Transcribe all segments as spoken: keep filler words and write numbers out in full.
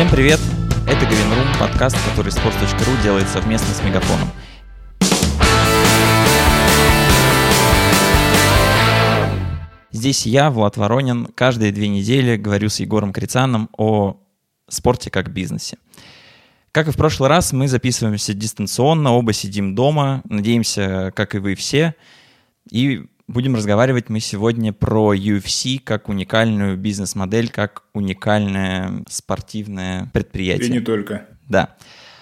Всем привет! Это Green Room, подкаст, который sports точка ру делает совместно с Мегафоном. Здесь я, Влад Воронин, каждые две недели говорю с Егором Крицаном о спорте как бизнесе. Как и в прошлый раз, мы записываемся дистанционно, оба сидим дома, надеемся, как и вы все, и будем разговаривать мы сегодня про ю эф си как уникальную бизнес-модель, как уникальное спортивное предприятие. И не только. Да.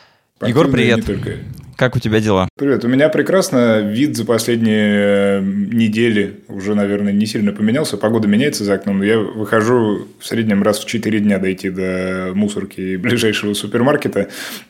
Егор, привет. Не только. Как у тебя дела? Привет. У меня прекрасно. Вид за последние недели уже, наверное, не сильно поменялся. Погода меняется за окном. Но я выхожу в среднем раз в четыре дня дойти до мусорки и ближайшего супермаркета.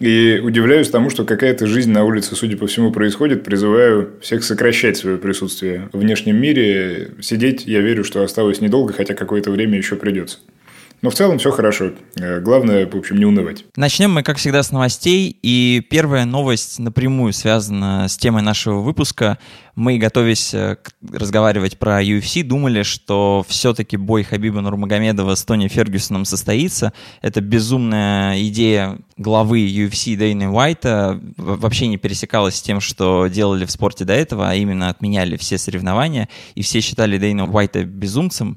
И удивляюсь тому, что какая-то жизнь на улице, судя по всему, происходит. Призываю всех сокращать свое присутствие в внешнем мире. Сидеть, я верю, что осталось недолго, хотя какое-то время еще придется. Но в целом все хорошо. Главное, в общем, не унывать. Начнем мы, как всегда, с новостей. И первая новость напрямую связана с темой нашего выпуска. Мы, готовясь разговаривать про ю эф си, думали, что все-таки бой Хабиба Нурмагомедова с Тони Фергюсоном состоится. Это безумная идея главы ю эф си Дейны Уайта вообще не пересекалась с тем, что делали в спорте до этого, а именно отменяли все соревнования. И все считали Дейну Уайта безумцем.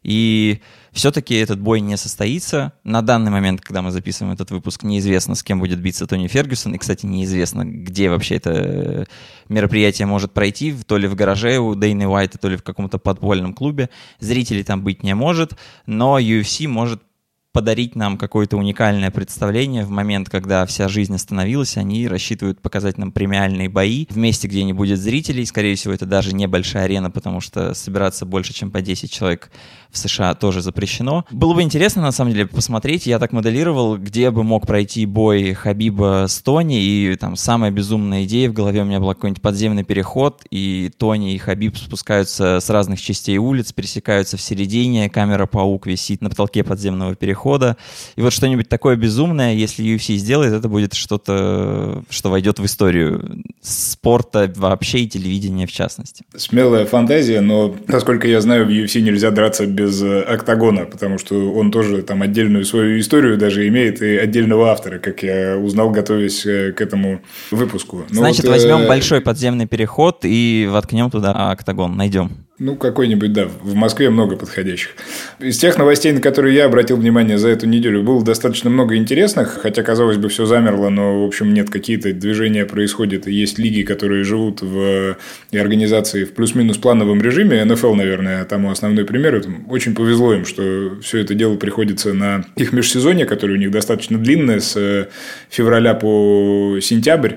И все-таки этот бой не состоится. На данный момент, когда мы записываем этот выпуск, неизвестно, с кем будет биться Тони Фергюсон. И, кстати, неизвестно, где вообще это мероприятие может пройти. То ли в гараже у Дейны Уайта, то ли в каком-то подпольном клубе. Зрителей там быть не может. Но ю эф си может подарить нам какое-то уникальное представление в момент, когда вся жизнь остановилась. Они рассчитывают показать нам премиальные бои в месте, где не будет зрителей. Скорее всего, это даже небольшая арена, потому что собираться больше, чем по десять человек в США тоже запрещено. Было бы интересно, на самом деле, посмотреть. Я так моделировал, где бы мог пройти бой Хабиба с Тони. И там самая безумная идея в голове у меня была какой-нибудь подземный переход. И Тони и Хабиб спускаются с разных частей улиц, пересекаются в середине. Камера-паук висит на потолке подземного перехода. И вот что-нибудь такое безумное, если ю эф си сделает, это будет что-то, что войдет в историю спорта вообще и телевидения в частности. Смелая фантазия, но, насколько я знаю, в ю эф си нельзя драться без октагона, потому что он тоже там отдельную свою историю даже имеет и отдельного автора, как я узнал, готовясь к этому выпуску. Но Значит, вот, возьмем э... большой подземный переход и воткнем туда октагон, найдем. Ну, какой-нибудь, да. В Москве много подходящих. Из тех новостей, на которые я обратил внимание за эту неделю, было достаточно много интересных, хотя, казалось бы, все замерло, но, в общем, нет, какие-то движения происходят, и есть лиги, которые живут в и организации в плюс-минус плановом режиме. эн эф эл, наверное, тому основной пример. Это очень повезло им, что все это дело приходится на их межсезонье, которое у них достаточно длинное, с февраля по сентябрь,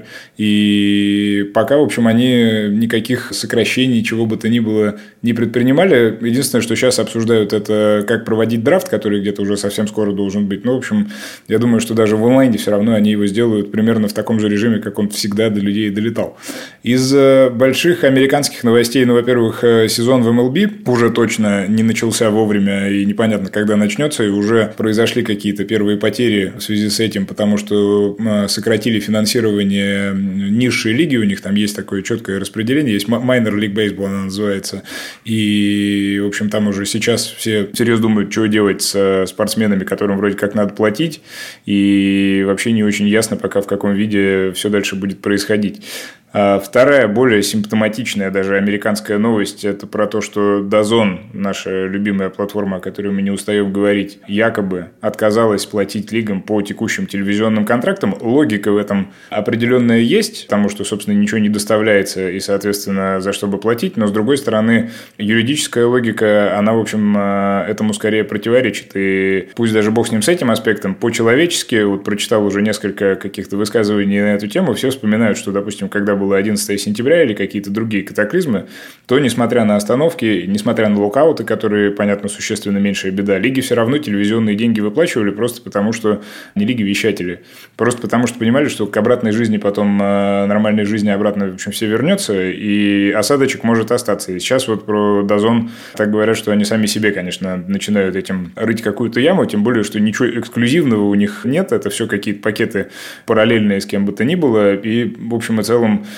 и пока, в общем, они никаких сокращений, чего бы то ни было, не предпринимали. Единственное, что сейчас обсуждают, это как проводить драфт, который где-то уже совсем скоро должен быть. Ну, в общем, я думаю, что даже в онлайне все равно они его сделают примерно в таком же режиме, как он всегда до людей долетал. Из больших американских новостей, ну, во-первых, сезон в эм эл би уже точно не начался вовремя и непонятно, когда начнется, и уже произошли какие-то первые потери в связи с этим, потому что сократили финансирование низшей лиги, у них там есть такое четкое распределение, есть Minor League Baseball, она называется. И, в общем, там уже сейчас все серьезно думают, что делать с спортсменами, которым вроде как надо платить. И вообще не очень ясно пока, в каком виде все дальше будет происходить. А вторая, более симптоматичная даже американская новость, это про то, что дазон, наша любимая платформа, о которой мы не устаем говорить, якобы отказалась платить лигам по текущим телевизионным контрактам. Логика в этом определенная есть, потому что, собственно, ничего не доставляется и, соответственно, за что бы платить. Но, с другой стороны, юридическая логика, она, в общем, этому скорее противоречит. И пусть даже бог с ним с этим аспектом, по-человечески, вот прочитал уже несколько каких-то высказываний на эту тему, все вспоминают, что, допустим, когда было одиннадцатое сентября или какие-то другие катаклизмы, то, несмотря на остановки, несмотря на локауты, которые, понятно, существенно меньшая беда, лиги все равно телевизионные деньги выплачивали просто потому, что не лиги-вещатели. Просто потому, что понимали, что к обратной жизни потом, нормальной жизни обратно, в общем, все вернется, и осадочек может остаться. И сейчас вот про дазон так говорят, что они сами себе, конечно, начинают этим рыть какую-то яму, тем более, что ничего эксклюзивного у них нет, это все какие-то пакеты параллельные с кем бы то ни было, и, в общем и целом,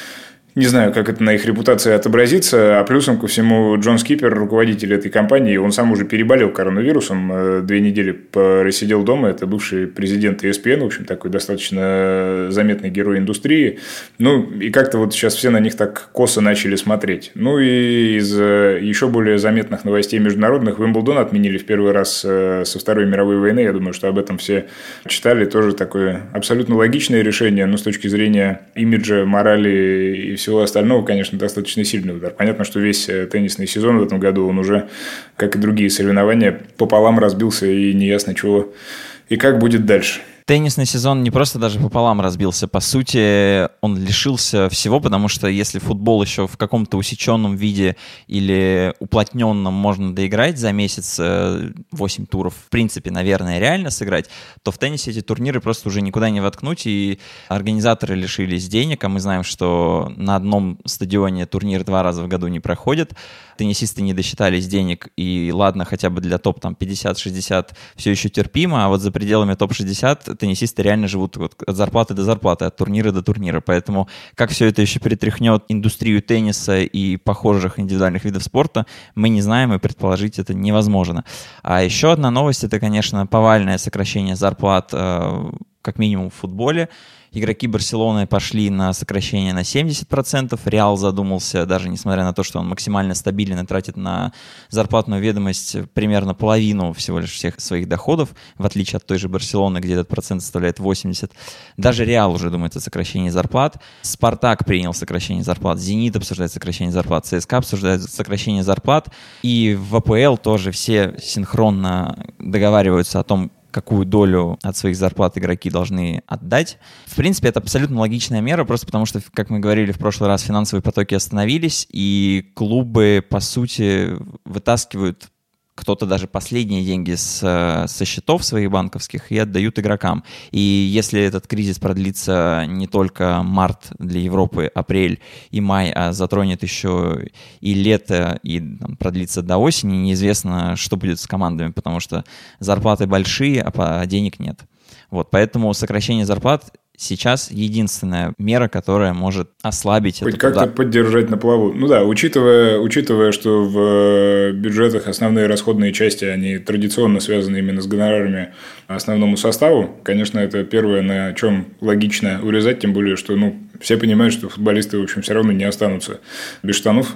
Не знаю, как это на их репутации отобразится, а плюсом ко всему Джон Скиппер, руководитель этой компании, он сам уже переболел коронавирусом, две недели просидел дома, это бывший президент и эс пи эн, в общем, такой достаточно заметный герой индустрии, ну, и как-то вот сейчас все на них так косо начали смотреть. Ну, и из еще более заметных новостей международных, Уимблдон отменили в первый раз со Второй мировой войны, я думаю, что об этом все читали, тоже такое абсолютно логичное решение, но с точки зрения имиджа, морали и всего остального, конечно, достаточно сильный удар. Понятно, что весь теннисный сезон в этом году, он уже, как и другие соревнования, пополам разбился, и неясно, чего и как будет дальше. Теннисный сезон не просто даже пополам разбился. По сути, он лишился всего, потому что если футбол еще в каком-то усеченном виде или уплотненном можно доиграть за месяц восемь туров, в принципе, наверное, реально сыграть, то в теннисе эти турниры просто уже никуда не воткнуть, и организаторы лишились денег, а мы знаем, что на одном стадионе турнир два раза в году не проходит, теннисисты не досчитались денег, и ладно, хотя бы для топ там пятьдесят-шестьдесят все еще терпимо, а вот за пределами топ шестьдесят теннисисты реально живут вот от зарплаты до зарплаты, от турнира до турнира. Поэтому как все это еще перетряхнет индустрию тенниса и похожих индивидуальных видов спорта, мы не знаем, и предположить это невозможно. А еще одна новость — это, конечно, повальное сокращение зарплат, как минимум в футболе. Игроки Барселоны пошли на сокращение на семьдесят процентов. Реал задумался, даже несмотря на то, что он максимально стабилен и тратит на зарплатную ведомость примерно половину всего лишь всех своих доходов, в отличие от той же Барселоны, где этот процент составляет восемьдесят. Даже Реал уже думает о сокращении зарплат. Спартак принял сокращение зарплат. Зенит обсуждает сокращение зарплат. ЦСКА обсуждает сокращение зарплат. И в а пэ эл тоже все синхронно договариваются о том, какую долю от своих зарплат игроки должны отдать. В принципе, это абсолютно логичная мера, просто потому что, как мы говорили в прошлый раз, финансовые потоки остановились, и клубы, по сути, вытаскивают кто-то даже последние деньги с, со счетов своих банковских и отдают игрокам. И если этот кризис продлится не только март для Европы, апрель и май, а затронет еще и лето, и там, продлится до осени, неизвестно, что будет с командами, потому что зарплаты большие, а денег нет. Вот, поэтому сокращение зарплат сейчас единственная мера, которая может ослабить хоть этот как-то удар. Поддержать на плаву. Ну да, учитывая, учитывая, что в бюджетах основные расходные части, они традиционно связаны именно с гонорарами основному составу, конечно, это первое, на чем логично урезать, тем более, что ну, все понимают, что футболисты, в общем, все равно не останутся без штанов,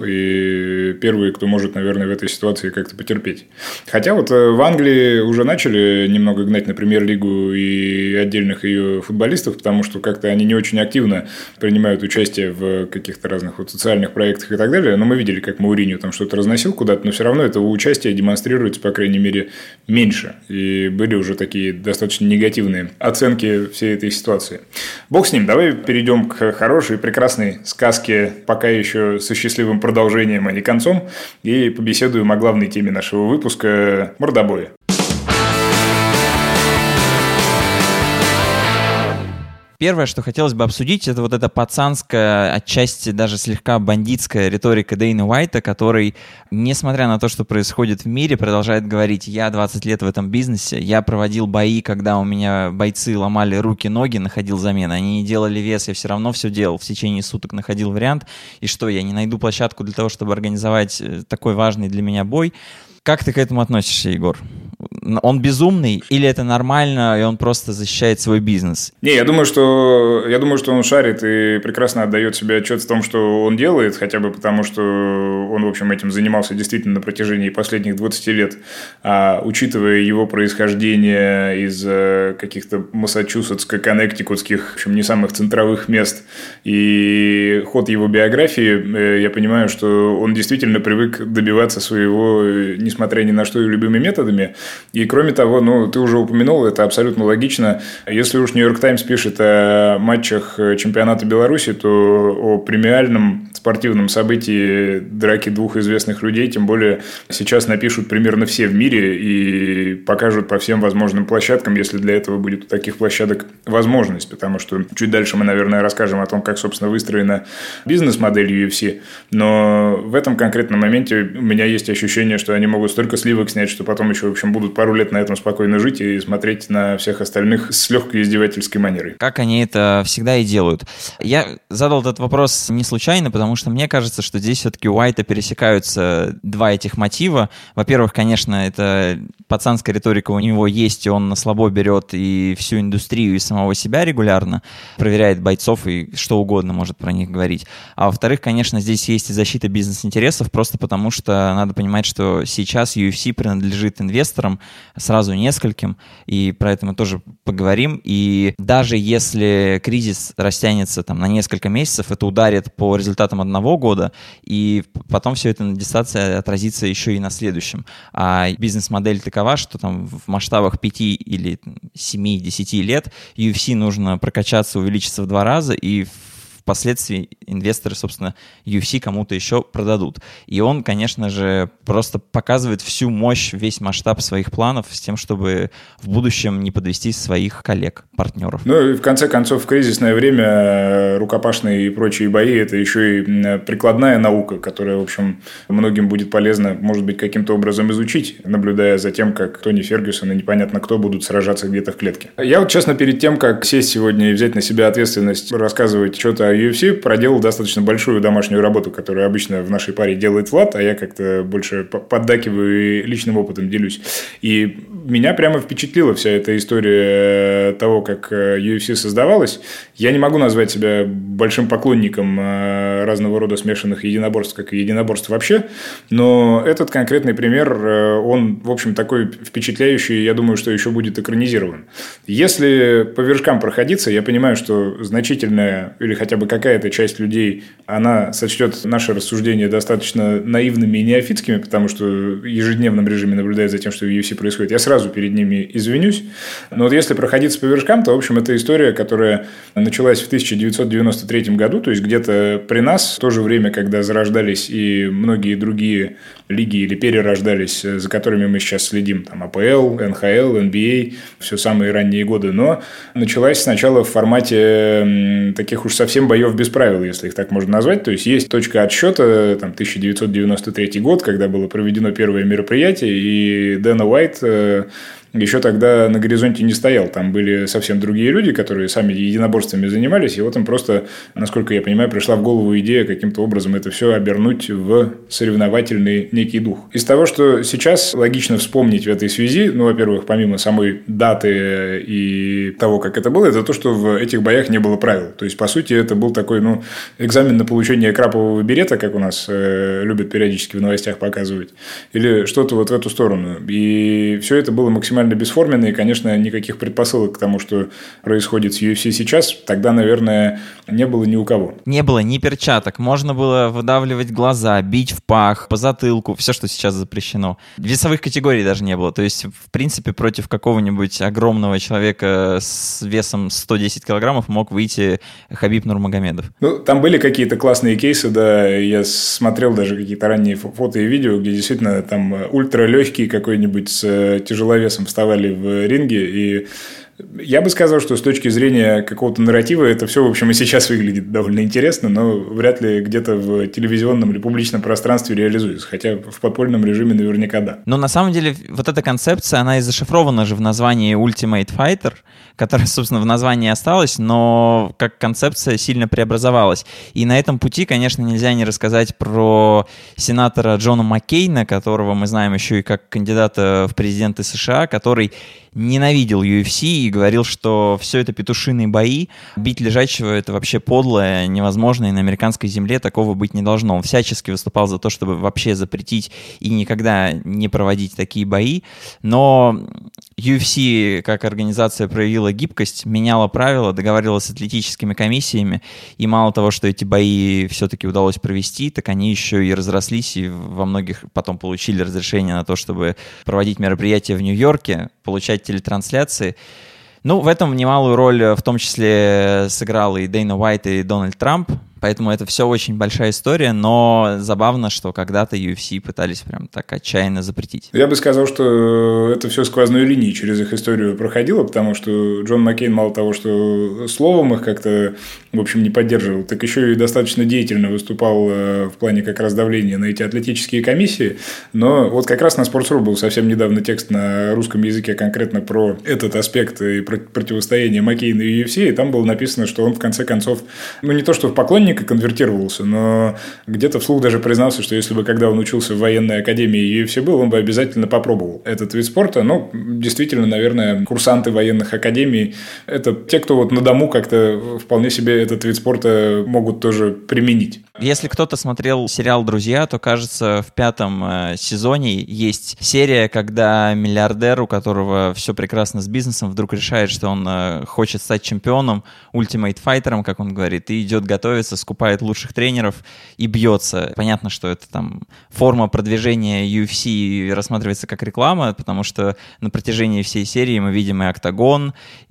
и первые, кто может, наверное, в этой ситуации как-то потерпеть. Хотя вот в Англии уже начали немного гнать на премьер-лигу и отдельных ее футболистов, потому что как-то они не очень активно принимают участие в каких-то разных вот социальных проектах и так далее. Но мы видели, как Мауриньо там что-то разносил куда-то, но все равно этого участия демонстрируется, по крайней мере, меньше. И были уже такие достаточно негативные оценки всей этой ситуации. Бог с ним, давай перейдем к хорошей, прекрасной сказке, пока еще со счастливым продолжением, а не концом, и побеседуем о главной теме нашего выпуска – мордобоя. Первое, что хотелось бы обсудить, это вот эта пацанская, отчасти даже слегка бандитская риторика Дэйна Уайта, который, несмотря на то, что происходит в мире, продолжает говорить: я двадцать лет в этом бизнесе, я проводил бои, когда у меня бойцы ломали руки, ноги, находил замены, они не делали вес, я все равно все делал, в течение суток находил вариант, и что, я не найду площадку для того, чтобы организовать такой важный для меня бой. Как ты к этому относишься, Егор? Он безумный или это нормально, и он просто защищает свой бизнес? Не, я думаю, что, я думаю, что он шарит и прекрасно отдает себе отчет в том, что он делает, хотя бы потому, что он, в общем, этим занимался действительно на протяжении последних двадцати лет. А учитывая его происхождение из каких-то массачусетско-коннектикутских, в общем, не самых центровых мест, и ход его биографии, я понимаю, что он действительно привык добиваться своего, несмотря ни на что, и любыми методами. И кроме того, ну, ты уже упомянул, это абсолютно логично. Если уж Нью-Йорк Таймс пишет о матчах чемпионата Беларуси, то о премиальном спортивном событии драки двух известных людей, тем более сейчас напишут примерно все в мире и покажут по всем возможным площадкам, если для этого будет у таких площадок возможность, потому что чуть дальше мы, наверное, расскажем о том, как, собственно, выстроена бизнес-модель ю эф си, но в этом конкретном моменте у меня есть ощущение, что они могут столько сливок снять, что потом еще, в общем, будут пару лет на этом спокойно жить и смотреть на всех остальных с легкой издевательской манерой. Как они это всегда и делают. Я задал этот вопрос не случайно, потому что мне кажется, что здесь все-таки у Уайта пересекаются два этих мотива. Во-первых, конечно, это пацанская риторика у него есть, и он на слабо берет и всю индустрию, и самого себя регулярно, проверяет бойцов и что угодно может про них говорить. А во-вторых, конечно, здесь есть и защита бизнес-интересов, просто потому что надо понимать, что сейчас ю эф си принадлежит инвесторам, сразу нескольким, и про это мы тоже поговорим. И даже если кризис растянется там, на несколько месяцев, это ударит по результатам одного года, и потом все это на дистанции отразится еще и на следующем. А бизнес-модель такова, что там в масштабах пяти или семи-десяти лет ю эф си нужно прокачаться, увеличиться в два раза, и впоследствии инвесторы, собственно, ю эф си кому-то еще продадут. И он, конечно же, просто показывает всю мощь, весь масштаб своих планов с тем, чтобы в будущем не подвести своих коллег, партнеров. Ну и в конце концов, в кризисное время рукопашные и прочие бои – это еще и прикладная наука, которая, в общем, многим будет полезно, может быть, каким-то образом изучить, наблюдая за тем, как Тони Фергюсон и непонятно кто будут сражаться где-то в клетке. Я вот, честно, перед тем, как сесть сегодня и взять на себя ответственность рассказывать что-то о ю эф си, проделал достаточно большую домашнюю работу, которую обычно в нашей паре делает Влад, а я как-то больше поддакиваю и личным опытом делюсь. И меня прямо впечатлила вся эта история того, как ю эф си создавалась. Я не могу назвать себя большим поклонником разного рода смешанных единоборств, как и единоборств вообще, но этот конкретный пример, он, в общем, такой впечатляющий, я думаю, что еще будет экранизирован. Если по вершкам проходиться, я понимаю, что значительная или хотя бы какая-то часть людей, она сочтет наши рассуждения достаточно наивными и неофитскими, потому что в ежедневном режиме наблюдает за тем, что в ю эф си происходит. Я сразу перед ними извинюсь. Но вот если проходиться по вершкам, то, в общем, это история, которая началась в тысяча девятьсот девяносто третьем году, то есть где-то при нас, в то же время, когда зарождались и многие другие лиги или перерождались, за которыми мы сейчас следим, там а пэ эл, эн ха эл, эн би эй, все самые ранние годы, но началась сначала в формате таких уж совсем боев без правил, если их так можно назвать. То есть есть точка отсчета, там, тысяча девятьсот девяносто третий год, когда было проведено первое мероприятие, и Дэна Уайт еще тогда на горизонте не стоял. Там были совсем другие люди, которые сами единоборствами занимались, и вот им просто, насколько я понимаю, пришла в голову идея каким-то образом это все обернуть в соревновательный некий дух. Из того, что сейчас логично вспомнить в этой связи, ну, во-первых, помимо самой даты и того, как это было, это то, что в этих боях не было правил. То есть, по сути, это был такой, ну, экзамен на получение крапового берета, как у нас э, любят периодически в новостях показывать, или что-то вот в эту сторону. И все это было максимально бесформенно, и, конечно, никаких предпосылок к тому, что происходит с ю эф си сейчас, тогда, наверное, не было ни у кого. Не было ни перчаток, можно было выдавливать глаза, бить в пах, по затылку, все, что сейчас запрещено. Весовых категорий даже не было, то есть, в принципе, против какого-нибудь огромного человека с весом сто десять килограммов мог выйти Хабиб Нурмагомедов. Ну, там были какие-то классные кейсы, да, я смотрел даже какие-то ранние фото и видео, где действительно там ультралегкий какой-нибудь с тяжеловесом вставали в ринге, и я бы сказал, что с точки зрения какого-то нарратива это все, в общем, и сейчас выглядит довольно интересно, но вряд ли где-то в телевизионном или публичном пространстве реализуется, хотя в подпольном режиме наверняка да. Но на самом деле вот эта концепция, она и зашифрована же в названии Ultimate Fighter, которая, собственно, в названии осталась, но как концепция сильно преобразовалась. И на этом пути, конечно, нельзя не рассказать про сенатора Джона Маккейна, которого мы знаем еще и как кандидата в президенты США, который ненавидел ю эф си и говорил, что все это петушиные бои, бить лежачего — это вообще подлое, невозможно, и на американской земле такого быть не должно. Он всячески выступал за то, чтобы вообще запретить и никогда не проводить такие бои, но ю эф си как организация проявила гибкость, меняла правила, договаривалась с атлетическими комиссиями, и мало того, что эти бои все-таки удалось провести, так они еще и разрослись, и во многих потом получили разрешение на то, чтобы проводить мероприятия в Нью-Йорке, получать телетрансляции. Ну, в этом немалую роль в том числе сыграл и Дэйна Уайт, и Дональд Трамп. Поэтому это все очень большая история, но забавно, что когда-то ю эф си пытались прям так отчаянно запретить. Я бы сказал, что это все сквозной линией через их историю проходило, потому что Джон Маккейн мало того, что словом их как-то, в общем, не поддерживал, так еще и достаточно деятельно выступал в плане как раз давления на эти атлетические комиссии. Но вот как раз на Sports точка ру был совсем недавно текст на русском языке конкретно про этот аспект и противостояние Маккейна и ю эф си, и там было написано, что он в конце концов, ну не то что в поклонника конвертировался, но где-то вслух даже признался, что если бы когда он учился в военной академии ю эф си был, он бы обязательно попробовал этот вид спорта. Ну, действительно, наверное, курсанты военных академий – это те, кто вот на дому как-то вполне себе этот вид спорта могут тоже применить. Если кто-то смотрел сериал «Друзья», то, кажется, в пятом э, сезоне есть серия, когда миллиардер, у которого все прекрасно с бизнесом, вдруг решает, что он э, хочет стать чемпионом, ультимейт-файтером, как он говорит, и идет готовиться, скупает лучших тренеров и бьется. Понятно, что это там форма продвижения ю эф си рассматривается как реклама, потому что на протяжении всей серии мы видим и октагон,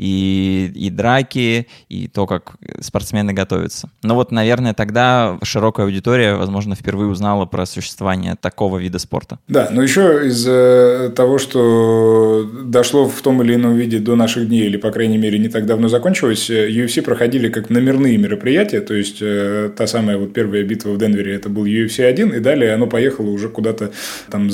и, и драки, и то, как спортсмены готовятся. Но вот, наверное, тогда широкая аудитория, возможно, впервые узнала про существование такого вида спорта. Да, но еще из-за того, что дошло в том или ином виде до наших дней, или, по крайней мере, не так давно закончилось, ю эф си проходили как номерные мероприятия, то есть та самая вот первая битва в Денвере, это был ю эф си один, и далее оно поехало уже куда-то там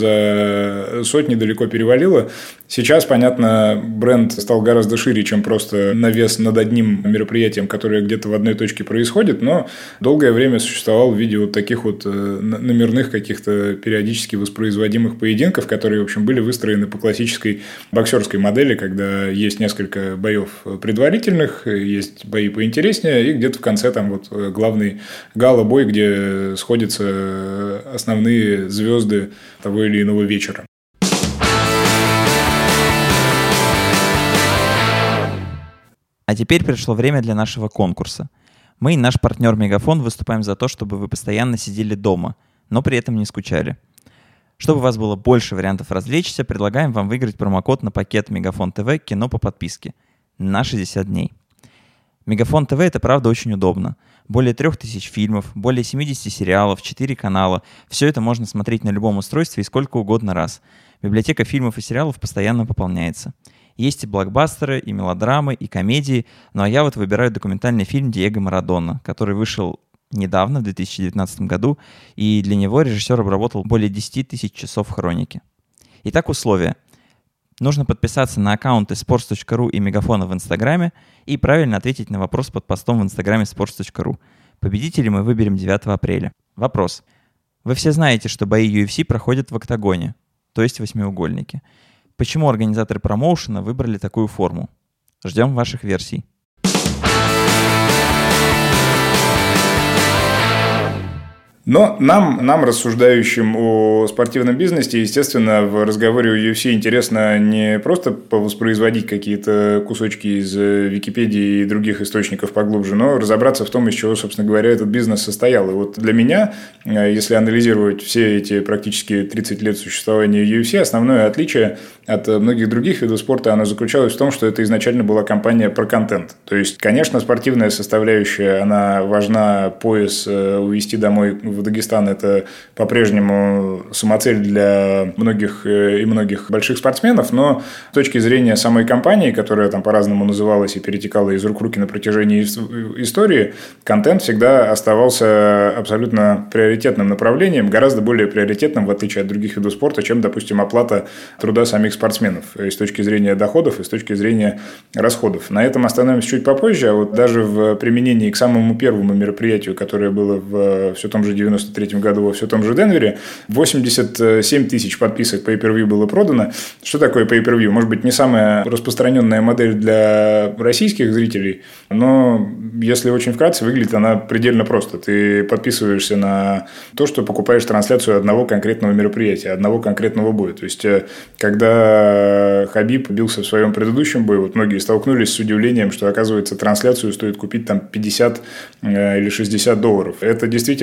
за сотни далеко перевалило. Сейчас, понятно, бренд стал гораздо шире, чем просто навес над одним мероприятием, которое где-то в одной точке происходит, но долгое время существовал в виде вот таких вот номерных каких-то периодически воспроизводимых поединков, которые, в общем, были выстроены по классической боксерской модели, когда есть несколько боев предварительных, есть бои поинтереснее, и где-то в конце там вот главный гала-бой, где сходятся основные звезды того или иного вечера. А теперь пришло время для нашего конкурса. Мы и наш партнер Мегафон выступаем за то, чтобы вы постоянно сидели дома, но при этом не скучали. Чтобы у вас было больше вариантов развлечься, предлагаем вам выиграть промокод на пакет Мегафон ТВ «Кино по подписке» на шестьдесят дней. Мегафон ТВ – это правда очень удобно. Более трех тысяч фильмов, более семьдесят сериалов, четыре канала. Все это можно смотреть на любом устройстве и сколько угодно раз. Библиотека фильмов и сериалов постоянно пополняется. Есть и блокбастеры, и мелодрамы, и комедии. Ну а я вот выбираю документальный фильм «Диего Марадона», который вышел недавно, в две тысячи девятнадцатом году, и для него режиссер обработал более десять тысяч часов хроники. Итак, условия. Нужно подписаться на аккаунты sports точка ру и Мегафона в Инстаграме и правильно ответить на вопрос под постом в Инстаграме sports точка ру. Победителей мы выберем девятого апреля. Вопрос. Вы все знаете, что бои ю эф си проходят в октагоне, то есть восьмиугольнике. Почему организаторы промоушена выбрали такую форму? Ждем ваших версий. Но нам, нам, рассуждающим о спортивном бизнесе, естественно, в разговоре о ю эф си интересно не просто повоспроизводить какие-то кусочки из Википедии и других источников поглубже, но разобраться в том, из чего, собственно говоря, этот бизнес состоял. И вот для меня, если анализировать все эти практически тридцать лет существования ю эф си, основное отличие от многих других видов спорта, оно заключалось в том, что это изначально была компания про контент. То есть, конечно, спортивная составляющая, она важна, пояс увезти домой в Дагестан – это по-прежнему самоцель для многих и многих больших спортсменов, но с точки зрения самой компании, которая там по-разному называлась и перетекала из рук в руки на протяжении истории, контент всегда оставался абсолютно приоритетным направлением, гораздо более приоритетным, в отличие от других видов спорта, чем, допустим, оплата труда самих спортсменов и с точки зрения доходов, и с точки зрения расходов. На этом остановимся чуть попозже, а вот даже в применении к самому первому мероприятию, которое было в все том же девяносто третьем году во все том же Денвере, восемьдесят семь тысяч подписок pay-per-view было продано. Что такое pay-per-view? Может быть, не самая распространенная модель для российских зрителей, но если очень вкратце, выглядит она предельно просто. Ты подписываешься на то, что покупаешь трансляцию одного конкретного мероприятия, одного конкретного боя. То есть, когда Хабиб бился в своем предыдущем бою, вот многие столкнулись с удивлением, что, оказывается, трансляцию стоит купить там пятьдесят или шестьдесят долларов. Это действительно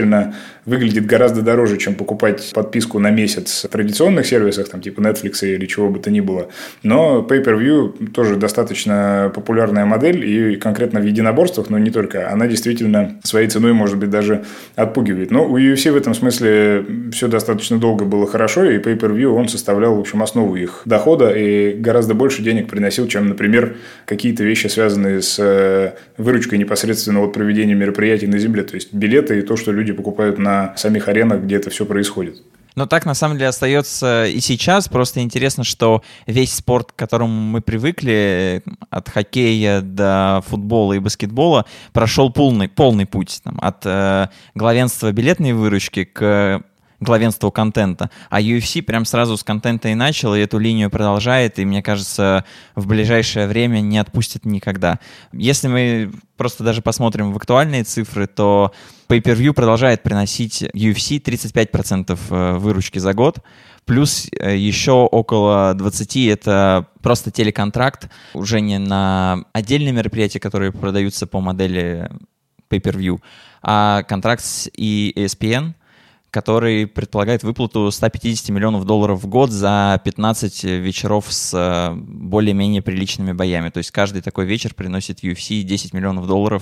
выглядит гораздо дороже, чем покупать подписку на месяц в традиционных сервисах, там, типа Netflix или чего бы то ни было. Но Pay-Per-View тоже достаточно популярная модель, и конкретно в единоборствах, но не только. Она действительно своей ценой, может быть, даже отпугивает. Но у ю эф си в этом смысле все достаточно долго было хорошо, и Pay-Per-View, он составлял, в общем, основу их дохода, и гораздо больше денег приносил, чем, например, какие-то вещи, связанные с выручкой непосредственно от проведения мероприятий на земле. То есть билеты и то, что люди покупают на самих аренах, где это все происходит. Но так, на самом деле, остается и сейчас. Просто интересно, что весь спорт, к которому мы привыкли, от хоккея до футбола и баскетбола, прошел полный, полный путь. Там, от э, главенства билетной выручки к главенству контента. А ю эф си прям сразу с контента и начал, и эту линию продолжает, и, мне кажется, в ближайшее время не отпустит никогда. Если мы просто даже посмотрим в актуальные цифры, то Pay-Per-View продолжает приносить ю эф си тридцать пять процентов выручки за год, плюс еще около двадцать процентов это просто телеконтракт, уже не на отдельные мероприятия, которые продаются по модели Pay-Per-View, а контракт с и эс пи эн, который предполагает выплату сто пятьдесят миллионов долларов в год за пятнадцать вечеров с более-менее приличными боями. То есть каждый такой вечер приносит ю эф си десять миллионов долларов,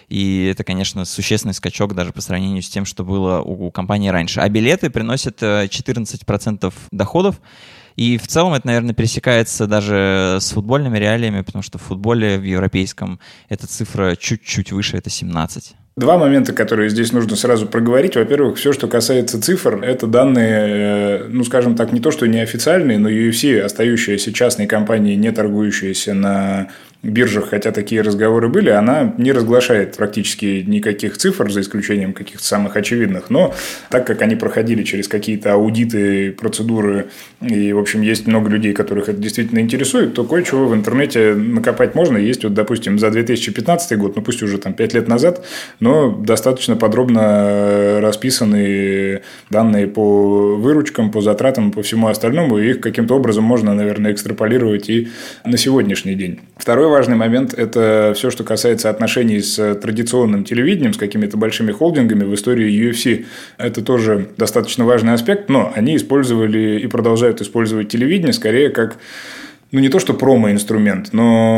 и это, конечно, существенный скачок даже по сравнению с тем, что было у компании раньше. А билеты приносят четырнадцать процентов доходов, и в целом это, наверное, пересекается даже с футбольными реалиями, потому что в футболе в европейском эта цифра чуть-чуть выше, это семнадцать. Два момента, которые здесь нужно сразу проговорить. Во-первых, все, что касается цифр, это данные, ну, скажем так, не то, что неофициальные, но ю эф си, остающаяся частной компанией, не торгующаяся на биржах, хотя такие разговоры были, она не разглашает практически никаких цифр, за исключением каких-то самых очевидных. Но так как они проходили через какие-то аудиты, процедуры, и, в общем, есть много людей, которых это действительно интересует, то кое-чего в интернете накопать можно. Есть, вот, допустим, за две тысячи пятнадцатый год, ну, пусть уже там пять лет назад, но достаточно подробно расписаны данные по выручкам, по затратам, по всему остальному, и их каким-то образом можно, наверное, экстраполировать и на сегодняшний день. Второй важный момент – это все, что касается отношений с традиционным телевидением, с какими-то большими холдингами в истории ю эф си. Это тоже достаточно важный аспект, но они использовали и продолжают использовать телевидение скорее как, ну, не то что промо-инструмент,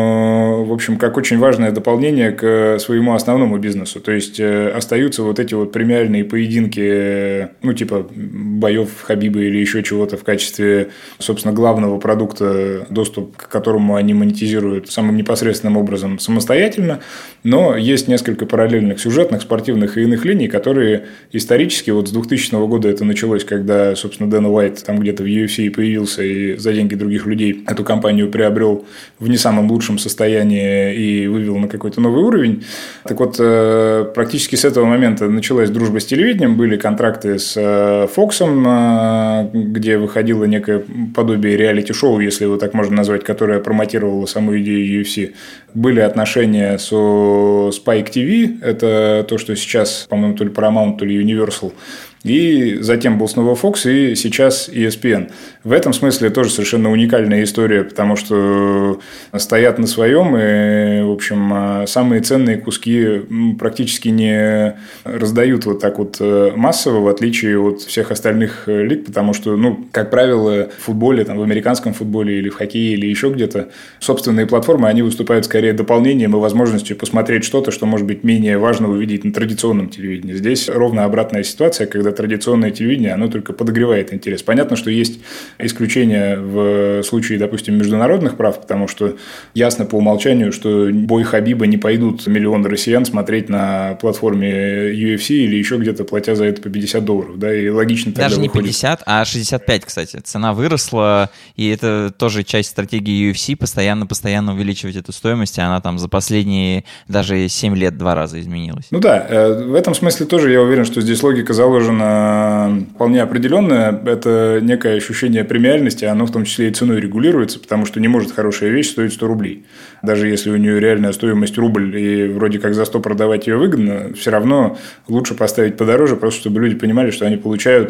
но, в общем, как очень важное дополнение к своему основному бизнесу. То есть, остаются вот эти вот премиальные поединки, ну, типа боев Хабиба или еще чего-то в качестве, собственно, главного продукта, доступ к которому они монетизируют самым непосредственным образом самостоятельно. Но есть несколько параллельных сюжетных, спортивных и иных линий, которые исторически, вот с двухтысячного года это началось, когда, собственно, Дана Уайт там где-то в ю эф си появился и за деньги других людей эту компанию компанию приобрел в не самом лучшем состоянии и вывел на какой-то новый уровень. Так вот, практически с этого момента началась дружба с телевидением, были контракты с Fox, где выходило некое подобие реалити-шоу, если его так можно назвать, которое промотировало саму идею ю эф си. Были отношения со Spike ти ви, это то, что сейчас, по-моему, то ли Paramount, то ли Universal. И затем был снова Fox, и сейчас и эс пи эн. В этом смысле тоже совершенно уникальная история, потому что стоят на своем, и, в общем, самые ценные куски практически не раздают вот так вот массово, в отличие от всех остальных лиг, потому что, ну, как правило, в футболе, там, в американском футболе или в хоккее, или еще где-то, собственные платформы, они выступают скорее дополнением и возможностью посмотреть что-то, что может быть менее важно увидеть на традиционном телевидении. Здесь ровно обратная ситуация, когда традиционное телевидение, оно только подогревает интерес. Понятно, что есть исключения в случае, допустим, международных прав, потому что ясно по умолчанию, что бой Хабиба не пойдут миллионы россиян смотреть на платформе ю эф си или еще где-то, платя за это по пятьдесят долларов. Да, и логично тогда Даже не выходит. пятьдесят, а шестьдесят пять, кстати. Цена выросла, и это тоже часть стратегии ю эф си, постоянно-постоянно увеличивать эту стоимость, и она там за последние даже семь лет два раза изменилась. Ну да, в этом смысле тоже я уверен, что здесь логика заложена вполне определенная. Это некое ощущение премиальности, оно в том числе и ценой регулируется, потому что не может хорошая вещь стоить сто рублей. Даже если у нее реальная стоимость рубль, и вроде как за сто продавать ее выгодно, все равно лучше поставить подороже, просто чтобы люди понимали, что они получают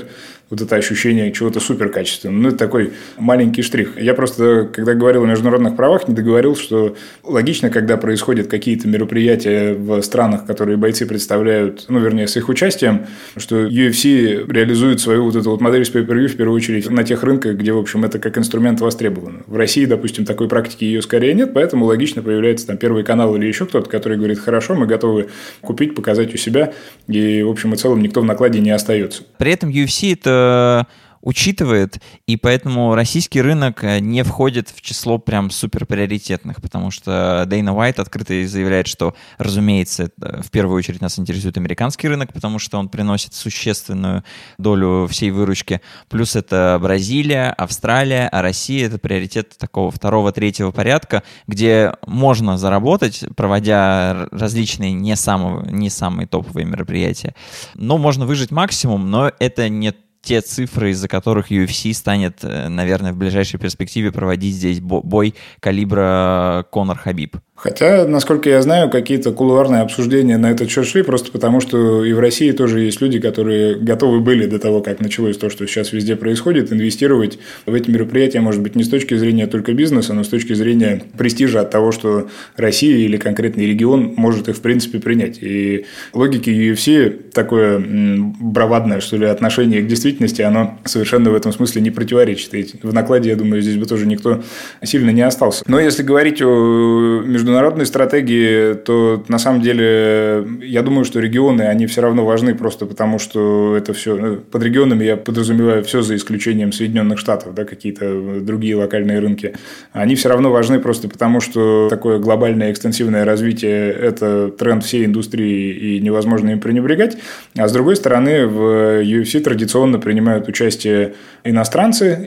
вот это ощущение чего-то суперкачественного. Ну, это такой маленький штрих. Я просто, когда говорил о международных правах, не договорил, что логично, когда происходят какие-то мероприятия в странах, которые бойцы представляют, ну, вернее, с их участием, что ю эф си реализует свою вот эту вот модель с pay-per-view в первую очередь на тех рынках, где, в общем, это как инструмент востребован. В России, допустим, такой практики ее скорее нет, поэтому логично появляется там Первый канал или еще кто-то, который говорит: хорошо, мы готовы купить, показать у себя, и, в общем и целом, никто в накладе не остается. При этом ю эф си это учитывает, и поэтому российский рынок не входит в число прям супер приоритетных, потому что Дэйна Уайт открыто заявляет, что, разумеется, в первую очередь нас интересует американский рынок, потому что он приносит существенную долю всей выручки, плюс это Бразилия, Австралия, а Россия — это приоритет такого второго-третьего порядка, где можно заработать, проводя различные не самые, не самые топовые мероприятия. Но можно выжить максимум, но это не те цифры, из-за которых ю эф си станет, наверное, в ближайшей перспективе проводить здесь бой калибра Конор Хабиб. Хотя, насколько я знаю, какие-то кулуарные обсуждения на этот счет шли, просто потому что и в России тоже есть люди, которые готовы были до того, как началось то, что сейчас везде происходит, инвестировать в эти мероприятия, может быть, не с точки зрения только бизнеса, но с точки зрения престижа от того, что Россия или конкретный регион может их, в принципе, принять. И логике ю эф си такое бравадное, что ли, отношение к действительности, оно совершенно в этом смысле не противоречит. И в накладе, я думаю, здесь бы тоже никто сильно не остался. Но если говорить о между международной стратегии, то на самом деле я думаю, что регионы, они все равно важны просто потому, что это все... Под регионами я подразумеваю все за исключением Соединенных Штатов, да, какие-то другие локальные рынки. Они все равно важны просто потому, что такое глобальное экстенсивное развитие – это тренд всей индустрии и невозможно им пренебрегать. А с другой стороны, в ю эф си традиционно принимают участие иностранцы,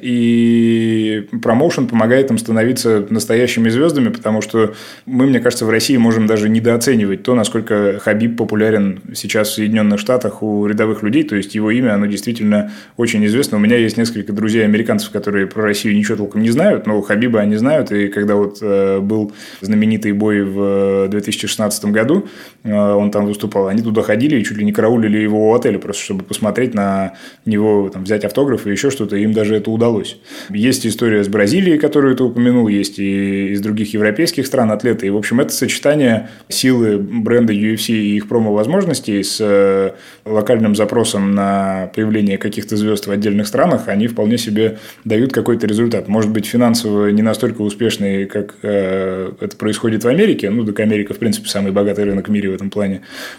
и промоушен помогает им становиться настоящими звездами, потому что мы, мне кажется, в России можем даже недооценивать то, насколько Хабиб популярен сейчас в Соединенных Штатах у рядовых людей. То есть, его имя, оно действительно очень известно. У меня есть несколько друзей-американцев, которые про Россию ничего толком не знают, но Хабиба они знают. И когда вот э, был знаменитый бой в две тысячи шестнадцатом году, э, он там выступал, они туда ходили и чуть ли не караулили его у отеля, просто чтобы посмотреть на него, там, взять автограф и еще что-то. Им даже это удалось. Есть история с Бразилией, которую ты упомянул, есть и из других европейских стран атлеты. И, в общем, это сочетание силы бренда ю эф си и их промо-возможностей с локальным запросом на появление каких-то звезд в отдельных странах, они вполне себе дают какой-то результат. Может быть, финансово не настолько успешный, как э, это происходит в Америке. Ну, так Америка, в принципе, самый богатый рынок в мире в этом плане.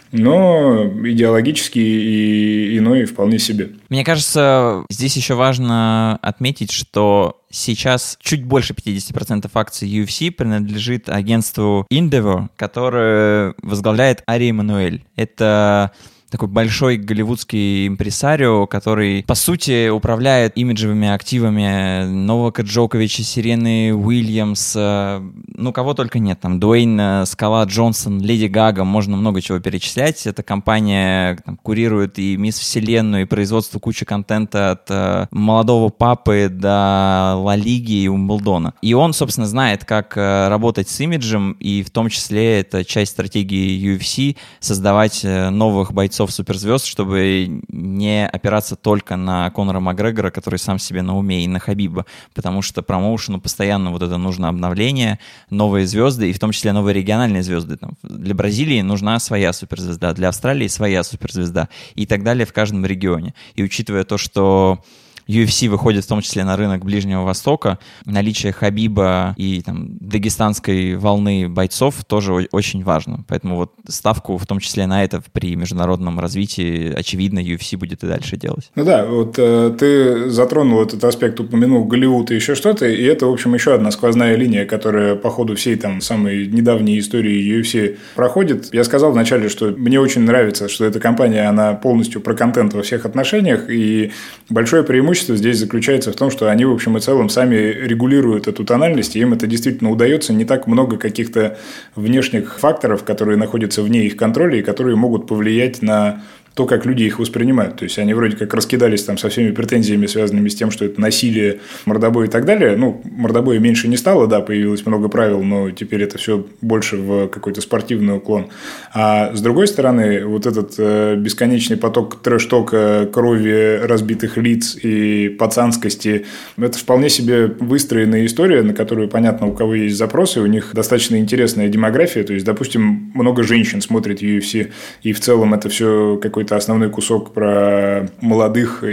Но идеологически и иной вполне себе. Мне кажется, здесь еще важно отметить, что сейчас чуть больше пятьдесят процентов акций ю эф си принадлежит агентству Endeavor, которое возглавляет Ари Эммануэль. Это такой большой голливудский импресарио, который, по сути, управляет имиджевыми активами Новака Джоковича, Серены Уильямс, ну, кого только нет, там, Дуэйн Скала Джонсон, Леди Гага, можно много чего перечислять. Эта компания там курирует и Мисс Вселенную, и производство кучи контента от э, молодого папы до Ла Лиги и Умблдона. И он, собственно, знает, как э, работать с имиджем, и в том числе это часть стратегии ю эф си — создавать э, новых бойцов суперзвезд, чтобы не опираться только на Конора Макгрегора, который сам себе на уме, и на Хабиба, потому что промоушену постоянно вот это нужно обновление, новые звезды, и в том числе новые региональные звезды. Там, для Бразилии нужна своя суперзвезда, для Австралии своя суперзвезда и так далее в каждом регионе. И учитывая то, что ю эф си выходит в том числе на рынок Ближнего Востока, наличие Хабиба и там дагестанской волны бойцов тоже очень важно. Поэтому вот ставку в том числе на это при международном развитии, очевидно, ю эф си будет и дальше делать. Ну да, вот э, ты затронул этот аспект, упомянул Голливуд и еще что-то, и это, в общем, еще одна сквозная линия, которая по ходу всей там самой недавней истории ю эф си проходит. Я сказал вначале, что мне очень нравится, что эта компания, она полностью про контент во всех отношениях, и большое преимущество здесь заключается в том, что они, в общем и целом, сами регулируют эту тональность, и им это действительно удается. Не так много каких-то внешних факторов, которые находятся вне их контроля и которые могут повлиять на то, как люди их воспринимают. То есть, они вроде как раскидались там со всеми претензиями, связанными с тем, что это насилие, мордобой и так далее. Ну, мордобоя меньше не стало, да, появилось много правил, но теперь это все больше в какой-то спортивный уклон. А с другой стороны, вот этот э, бесконечный поток трэш-тока, крови, разбитых лиц и пацанскости, это вполне себе выстроенная история, на которую, понятно, у кого есть запросы, у них достаточно интересная демография. То есть, допустим, много женщин смотрит ю эф си, и в целом это все какой-то основной кусок про молодых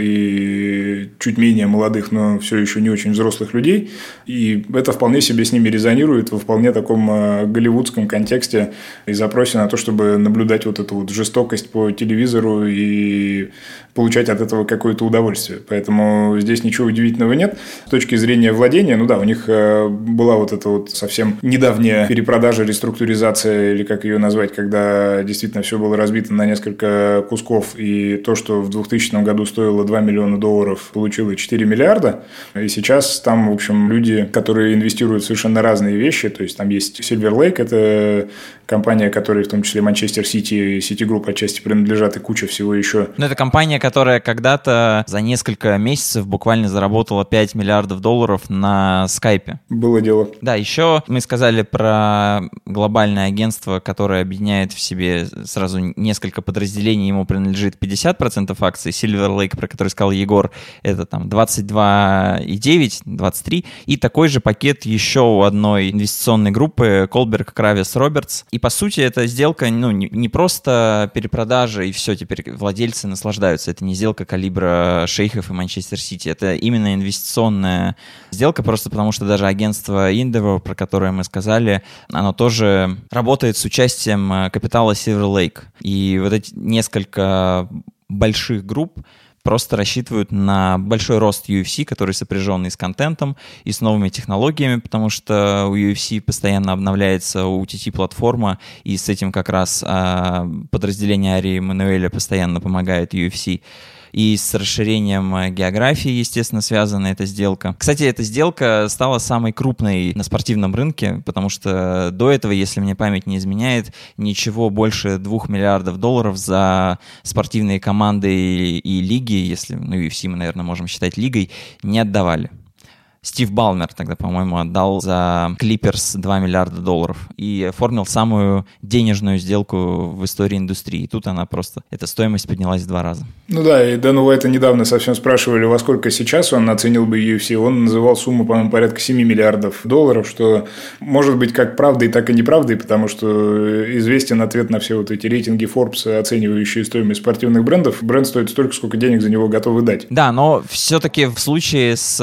и чуть менее молодых, но все еще не очень взрослых людей. И это вполне себе с ними резонирует во вполне таком голливудском контексте и запросе на то, чтобы наблюдать вот эту вот жестокость по телевизору и получать от этого какое-то удовольствие. Поэтому здесь ничего удивительного нет. С точки зрения владения, ну да, у них была вот эта вот совсем недавняя перепродажа, реструктуризация, или как ее назвать, когда действительно все было разбито на несколько кусков, и то, что в двухтысячном году стоило два миллиона долларов, получило четыре миллиарда. И сейчас там, в общем, люди, которые инвестируют в совершенно разные вещи, то есть там есть Silver Lake, это компания, которой в том числе Манчестер Сити и Citigroup отчасти принадлежат, и куча всего еще. Но это компания, которая когда-то за несколько месяцев буквально заработала пять миллиардов долларов на скайпе. Было дело. Да, еще мы сказали про глобальное агентство, которое объединяет в себе сразу несколько подразделений, ему принадлежит пятьдесят процентов акций. Silver Lake, про который сказал Егор, это там двадцать два и девять, двадцать три. И такой же пакет еще у одной инвестиционной группы Kohlberg Kravis Roberts. И по сути эта сделка, ну, не, не просто перепродажа и все, теперь владельцы наслаждаются. Это не сделка калибра шейхов и Манчестер Сити. Это именно инвестиционная сделка, просто потому что даже агентство Endeavor, про которое мы сказали, оно тоже работает с участием капитала Silver Lake. И вот эти несколько больших групп просто рассчитывают на большой рост ю эф си, который сопряжен и с контентом, и с новыми технологиями, потому что у ю эф си постоянно обновляется о ти ти-платформа, и с этим как раз а, подразделение Ари Мануэля постоянно помогает ю эф си. И с расширением географии, естественно, связана эта сделка. Кстати, эта сделка стала самой крупной на спортивном рынке, потому что до этого, если мне память не изменяет, ничего больше двух миллиардов долларов за спортивные команды и, и лиги, если, ну, ю эф си мы, наверное, можем считать лигой, не отдавали. Стив Балмер тогда, по-моему, отдал за Клиперс два миллиарда долларов и оформил самую денежную сделку в истории индустрии. И тут она просто, эта стоимость поднялась в два раза. Ну да, и Дэна Уайта недавно совсем спрашивали, во сколько сейчас он оценил бы ю эф си. Он называл сумму, по-моему, порядка семь миллиардов долларов, что может быть как правдой, так и неправдой, потому что известен ответ на все вот эти рейтинги Forbes, оценивающие стоимость спортивных брендов. Бренд стоит столько, сколько денег за него готовы дать. Да, но все-таки в случае с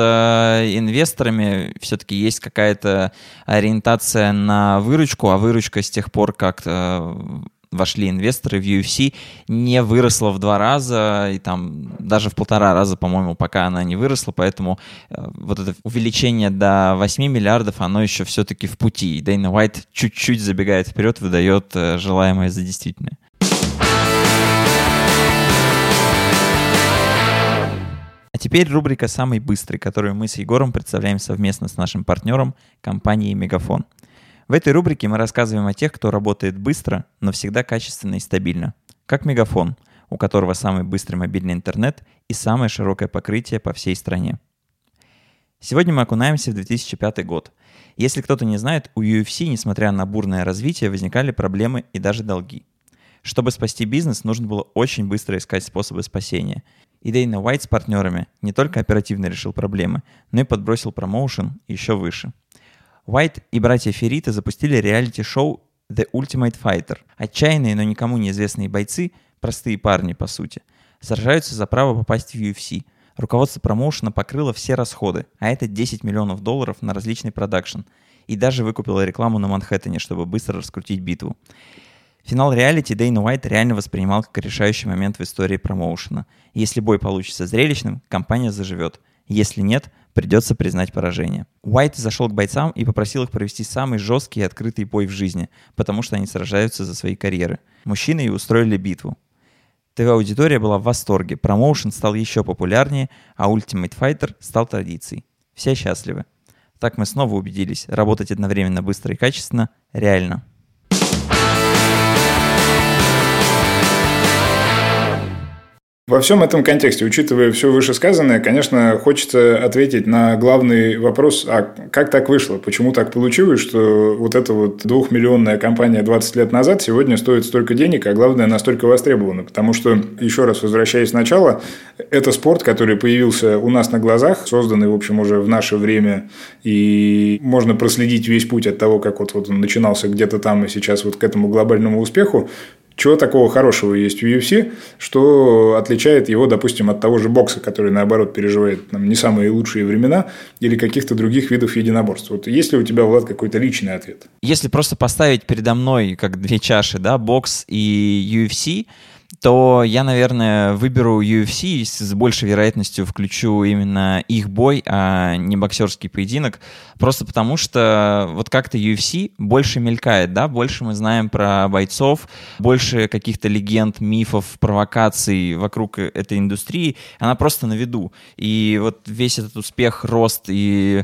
инвесторами все-таки есть какая-то ориентация на выручку, а выручка с тех пор, как вошли инвесторы в ю эф си, не выросла в два раза, и там даже в полтора раза, по-моему, пока она не выросла, поэтому вот это увеличение до восьми миллиардов, оно еще все-таки в пути. И Дэйна Уайт чуть-чуть забегает вперед, выдает желаемое за действительное. А теперь рубрика «Самый быстрый», которую мы с Егором представляем совместно с нашим партнером, компанией Мегафон. В этой рубрике мы рассказываем о тех, кто работает быстро, но всегда качественно и стабильно. Как Мегафон, у которого самый быстрый мобильный интернет и самое широкое покрытие по всей стране. Сегодня мы окунаемся в две тысячи пятый год. Если кто-то не знает, у ю эф си, несмотря на бурное развитие, возникали проблемы и даже долги. Чтобы спасти бизнес, нужно было очень быстро искать способы спасения. И Дэйна Уайт с партнерами не только оперативно решил проблемы, но и подбросил промоушен еще выше. Уайт и братья Феррита запустили реалити-шоу The Ultimate Fighter. Отчаянные, но никому неизвестные бойцы, простые парни по сути, сражаются за право попасть в ю эф си. Руководство промоушена покрыло все расходы, а это десять миллионов долларов на различный продакшн, и даже выкупило рекламу на Манхэттене, чтобы быстро раскрутить битву. Финал реалити Дэйна Уайт реально воспринимал как решающий момент в истории промоушена. Если бой получится зрелищным, компания заживет. Если нет, придется признать поражение. Уайт зашел к бойцам и попросил их провести самый жесткий и открытый бой в жизни, потому что они сражаются за свои карьеры. Мужчины и устроили битву. ТВ-аудитория была в восторге, промоушен стал еще популярнее, а Ultimate Fighter стал традицией. Все счастливы. Так мы снова убедились, работать одновременно быстро и качественно реально. Во всем этом контексте, учитывая все вышесказанное, конечно, хочется ответить на главный вопрос, а как так вышло, почему так получилось, что вот эта вот двухмиллионная компания двадцать лет назад сегодня стоит столько денег, а главное, настолько востребована. Потому что, еще раз возвращаясь в начало, это спорт, который появился у нас на глазах, созданный, в общем, уже в наше время, и можно проследить весь путь от того, как вот, вот он начинался где-то там и сейчас вот к этому глобальному успеху. Чего такого хорошего есть в ю эф си, что отличает его, допустим, от того же бокса, который, наоборот, переживает там, не самые лучшие времена, или каких-то других видов единоборств? Вот есть ли у тебя, Влад, какой-то личный ответ? Если просто поставить передо мной, как две чаши, да, бокс и ю эф си, то я, наверное, выберу ю эф си и с большей вероятностью включу именно их бой, а не боксерский поединок, просто потому что вот как-то ю эф си больше мелькает, да, больше мы знаем про бойцов, больше каких-то легенд, мифов, провокаций вокруг этой индустрии, она просто на виду. И вот весь этот успех, рост и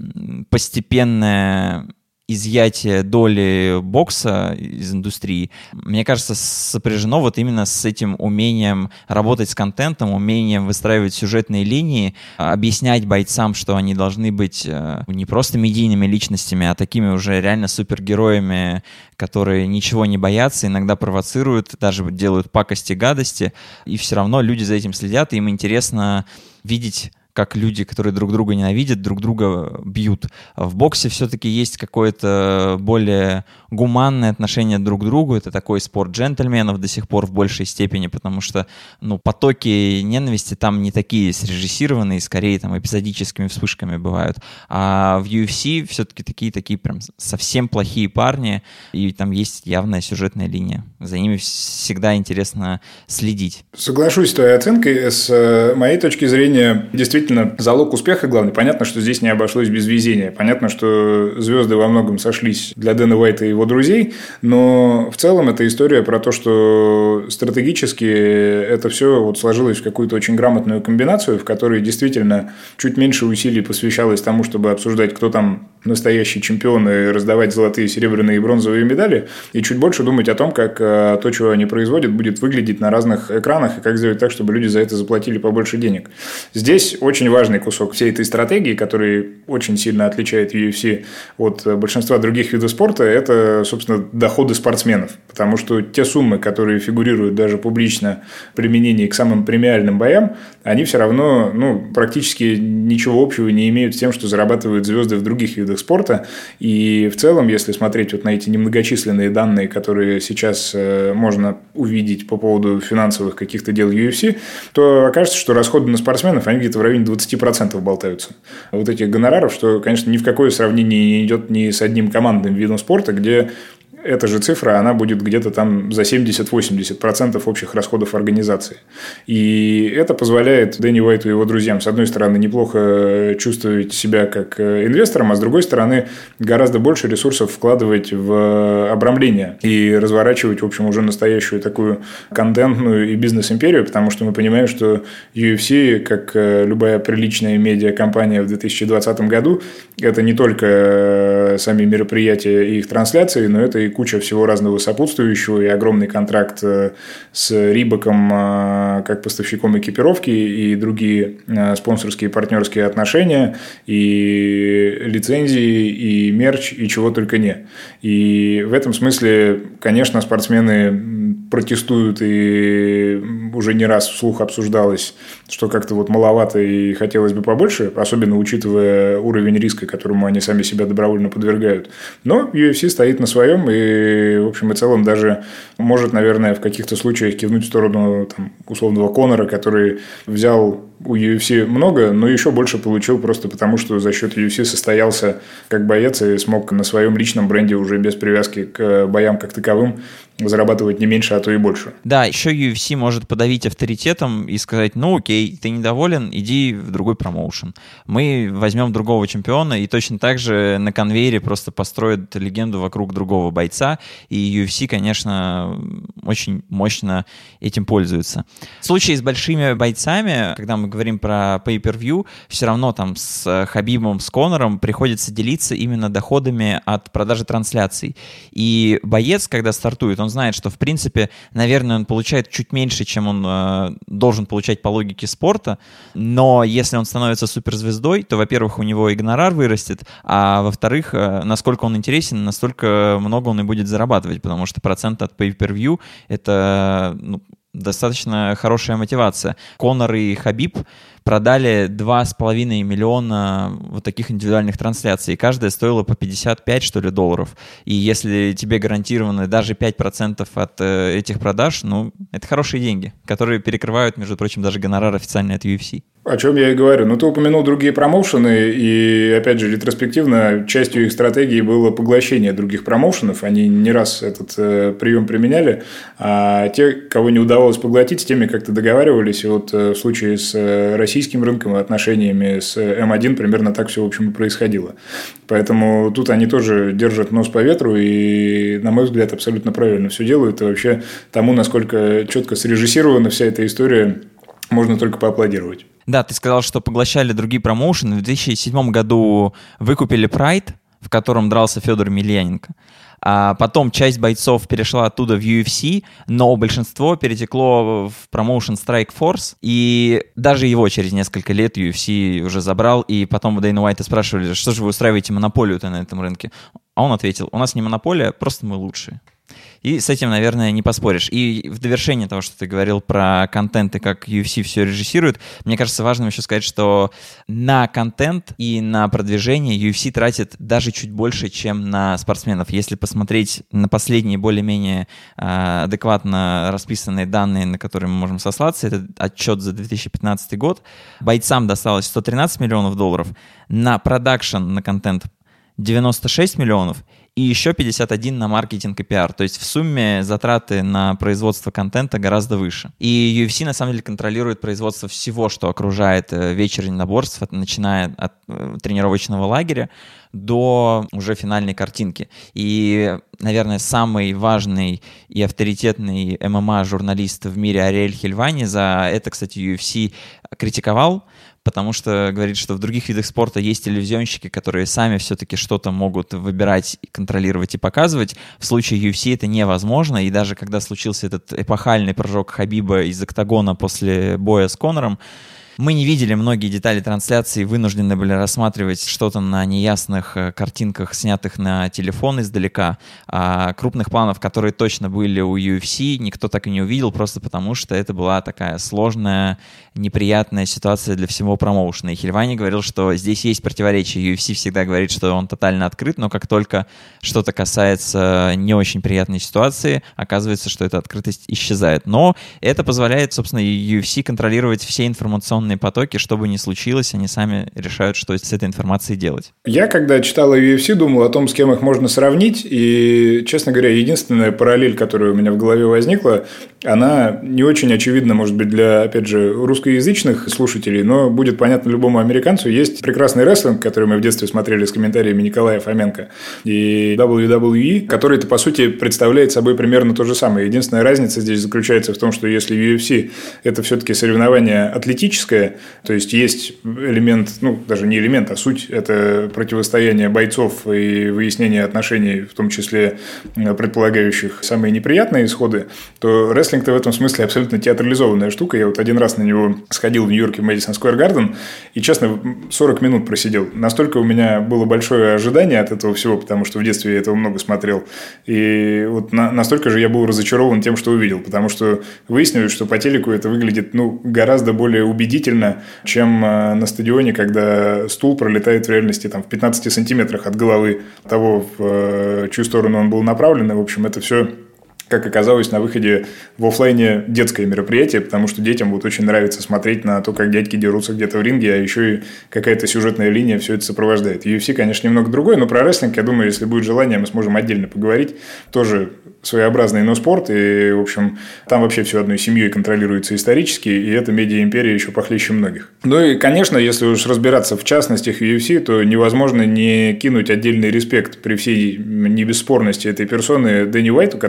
постепенное изъятие доли бокса из индустрии, мне кажется, сопряжено вот именно с этим умением работать с контентом, умением выстраивать сюжетные линии, объяснять бойцам, что они должны быть не просто медийными личностями, а такими уже реально супергероями, которые ничего не боятся, иногда провоцируют, даже делают пакости, гадости, и все равно люди за этим следят, и им интересно видеть, как люди, которые друг друга ненавидят, друг друга бьют. В боксе все-таки есть какое-то более гуманное отношение друг к другу. Это такой спорт джентльменов до сих пор в большей степени, потому что ну, потоки ненависти там не такие срежиссированные, скорее там эпизодическими вспышками бывают. А в ю эф си все-таки такие, такие прям совсем плохие парни, и там есть явная сюжетная линия. За ними всегда интересно следить. Соглашусь с твоей оценкой. С моей точки зрения, действительно, залог успеха главный. Понятно, что здесь не обошлось без везения. Понятно, что звезды во многом сошлись для Дэна Уайта и его друзей, но в целом это история про то, что стратегически это все вот сложилось в какую-то очень грамотную комбинацию, в которой действительно чуть меньше усилий посвящалось тому, чтобы обсуждать, кто там настоящий чемпион, и раздавать золотые, серебряные и бронзовые медали, и чуть больше думать о том, как то, чего они производят, будет выглядеть на разных экранах, и как сделать так, чтобы люди за это заплатили побольше денег. Здесь очень важный кусок всей этой стратегии, который очень сильно отличает ю эф си от большинства других видов спорта, это, собственно, доходы спортсменов. Потому что те суммы, которые фигурируют даже публично в применении к самым премиальным боям, они все равно ну, практически ничего общего не имеют с тем, что зарабатывают звезды в других видах спорта. И в целом, если смотреть вот на эти немногочисленные данные, которые сейчас можно увидеть по поводу финансовых каких-то дел ю эф си, то окажется, что расходы на спортсменов, они где-то в районе двадцать процентов болтаются. Вот этих гонораров, что, конечно, ни в какое сравнение не идет ни с одним командным видом спорта, где эта же цифра, она будет где-то там за семьдесят-восемьдесят процентов общих расходов организации. И это позволяет Дэнни Уайту и его друзьям, с одной стороны, неплохо чувствовать себя как инвестором, а с другой стороны, гораздо больше ресурсов вкладывать в обрамление и разворачивать, в общем, уже настоящую такую контентную и бизнес-империю, потому что мы понимаем, что ю эф си, как любая приличная медиакомпания в две тысячи двадцатом году, это не только сами мероприятия и их трансляции, но это и куча всего разного сопутствующего, и огромный контракт с Рибаком как поставщиком экипировки, и другие спонсорские и партнерские отношения, и лицензии, и мерч, и чего только не. И в этом смысле, конечно, спортсмены протестуют, и уже не раз вслух обсуждалось, что как-то вот маловато и хотелось бы побольше, особенно учитывая уровень риска, которому они сами себя добровольно подвергают. Но ю эф си стоит на своем и, в общем и целом, даже может, наверное, в каких-то случаях кивнуть в сторону там, условного Конора, который взял у ю эф си много, но еще больше получил просто потому, что за счет ю эф си состоялся как боец и смог на своем личном бренде уже без привязки к боям как таковым зарабатывать не меньше, а то и больше. Да, еще ю эф си может подавить авторитетом и сказать, ну окей, ты недоволен, иди в другой промоушен. Мы возьмем другого чемпиона и точно так же на конвейере просто построят легенду вокруг другого бойца, и ю эф си, конечно, очень мощно этим пользуется. В случае с большими бойцами, когда мы мы говорим про pay-per-view, все равно там с Хабибом, с Конором приходится делиться именно доходами от продажи трансляций. И боец, когда стартует, он знает, что, в принципе, наверное, он получает чуть меньше, чем он э, должен получать по логике спорта, но если он становится суперзвездой, то, во-первых, у него и гонорар вырастет, а во-вторых, э, насколько он интересен, настолько много он и будет зарабатывать, потому что процент от pay-per-view — это ну, достаточно хорошая мотивация. Конор и Хабиб продали два с половиной миллиона вот таких индивидуальных трансляций, и каждая стоила по пятьдесят пять, что ли, долларов. И если тебе гарантированы даже пять процентов от э, этих продаж, ну, это хорошие деньги, которые перекрывают, между прочим, даже гонорар официальный от ю эф си. О чем я и говорю. Ну, ты упомянул другие промоушены, и, опять же, ретроспективно частью их стратегии было поглощение других промоушенов. Они не раз этот э, прием применяли, а те, кого не удавалось поглотить, с теми как-то договаривались. И вот э, в случае с э, российским рынком и отношениями с эм один примерно так все, в общем, и происходило. Поэтому тут они тоже держат нос по ветру и, на мой взгляд, абсолютно правильно все делают. И вообще тому, насколько четко срежиссирована вся эта история, можно только поаплодировать. Да, ты сказал, что поглощали другие промоушены. В две тысячи седьмом году выкупили Pride, в котором дрался Федор Емельяненко. А потом часть бойцов перешла оттуда в ю эф си, но большинство перетекло в промоушен Strike Force, и даже его через несколько лет ю эф си уже забрал, и потом у Дэйна Уайта спрашивали, что же вы устраиваете монополию-то на этом рынке? А он ответил, у нас не монополия, просто мы лучшие. И с этим, наверное, не поспоришь. И в довершение того, что ты говорил про контент и как ю эф си все режиссирует, мне кажется важным еще сказать, что на контент и на продвижение ю эф си тратит даже чуть больше, чем на спортсменов. Если посмотреть на последние более-менее э, адекватно расписанные данные, на которые мы можем сослаться, это отчет за две тысячи пятнадцатый год, бойцам досталось сто тринадцать миллионов долларов, на продакшн, на контент девяносто шесть миллионов, и еще пятьдесят один на маркетинг и пиар. То есть в сумме затраты на производство контента гораздо выше. И ю эф си на самом деле контролирует производство всего, что окружает вечер единоборств, начиная от тренировочного лагеря до уже финальной картинки. И, наверное, самый важный и авторитетный эм эм а-журналист в мире Ариэль Хельвани за это, кстати, ю эф си критиковал, потому что говорит, что в других видах спорта есть телевизионщики, которые сами все-таки что-то могут выбирать, контролировать и показывать. В случае ю эф си это невозможно, и даже когда случился этот эпохальный прыжок Хабиба из октагона после боя с Конором, мы не видели многие детали трансляции, вынуждены были рассматривать что-то на неясных картинках, снятых на телефон издалека. А крупных планов, которые точно были у ю эф си, никто так и не увидел, просто потому что это была такая сложная, неприятная ситуация для всего промоушена. И Хельвани говорил, что здесь есть противоречие. ю эф си всегда говорит, что он тотально открыт, но как только что-то касается не очень приятной ситуации, оказывается, что эта открытость исчезает. Но это позволяет, собственно, ю эф си контролировать все информационные потоки, что бы ни случилось, они сами решают, что с этой информацией делать. Я, когда читал ю эф си, думал о том, с кем их можно сравнить, и, честно говоря, единственная параллель, которая у меня в голове возникла, она не очень очевидна, может быть, для, опять же, русскоязычных слушателей, но будет понятно любому американцу. Есть прекрасный рестлинг, который мы в детстве смотрели с комментариями Николая Фоменко, и дабл ю дабл ю и, который-то, по сути, представляет собой примерно то же самое. Единственная разница здесь заключается в том, что если ю эф си – это все-таки соревнование атлетическое, то есть есть элемент, ну, даже не элемент, а суть – это противостояние бойцов и выяснение отношений, в том числе предполагающих самые неприятные исходы, то рестлинг-то в этом смысле абсолютно театрализованная штука. Я вот один раз на него сходил в Нью-Йорке в Мэдисон Сквер Гарден и, честно, сорок минут просидел. Настолько у меня было большое ожидание от этого всего, потому что в детстве я этого много смотрел. И вот на, настолько же я был разочарован тем, что увидел, потому что выяснилось, что по телеку это выглядит, ну, гораздо более убедительно, чем на стадионе, когда стул пролетает в реальности там, в пятнадцати сантиметрах от головы того, в чью сторону он был направлен. И, в общем, это все, как оказалось, на выходе в офлайне детское мероприятие, потому что детям вот очень нравится смотреть на то, как дядьки дерутся где-то в ринге, а еще и какая-то сюжетная линия все это сопровождает. ю эф си, конечно, немного другой, но про рестлинг, я думаю, если будет желание, мы сможем отдельно поговорить. Тоже своеобразный, но спорт, и, в общем, там вообще все одной семьей контролируется исторически, и эта медиа-империя еще похлеще многих. Ну и, конечно, если уж разбираться в частностях ю эф си, то невозможно не кинуть отдельный респект при всей небесспорности этой персоны Дэнни Уайту, который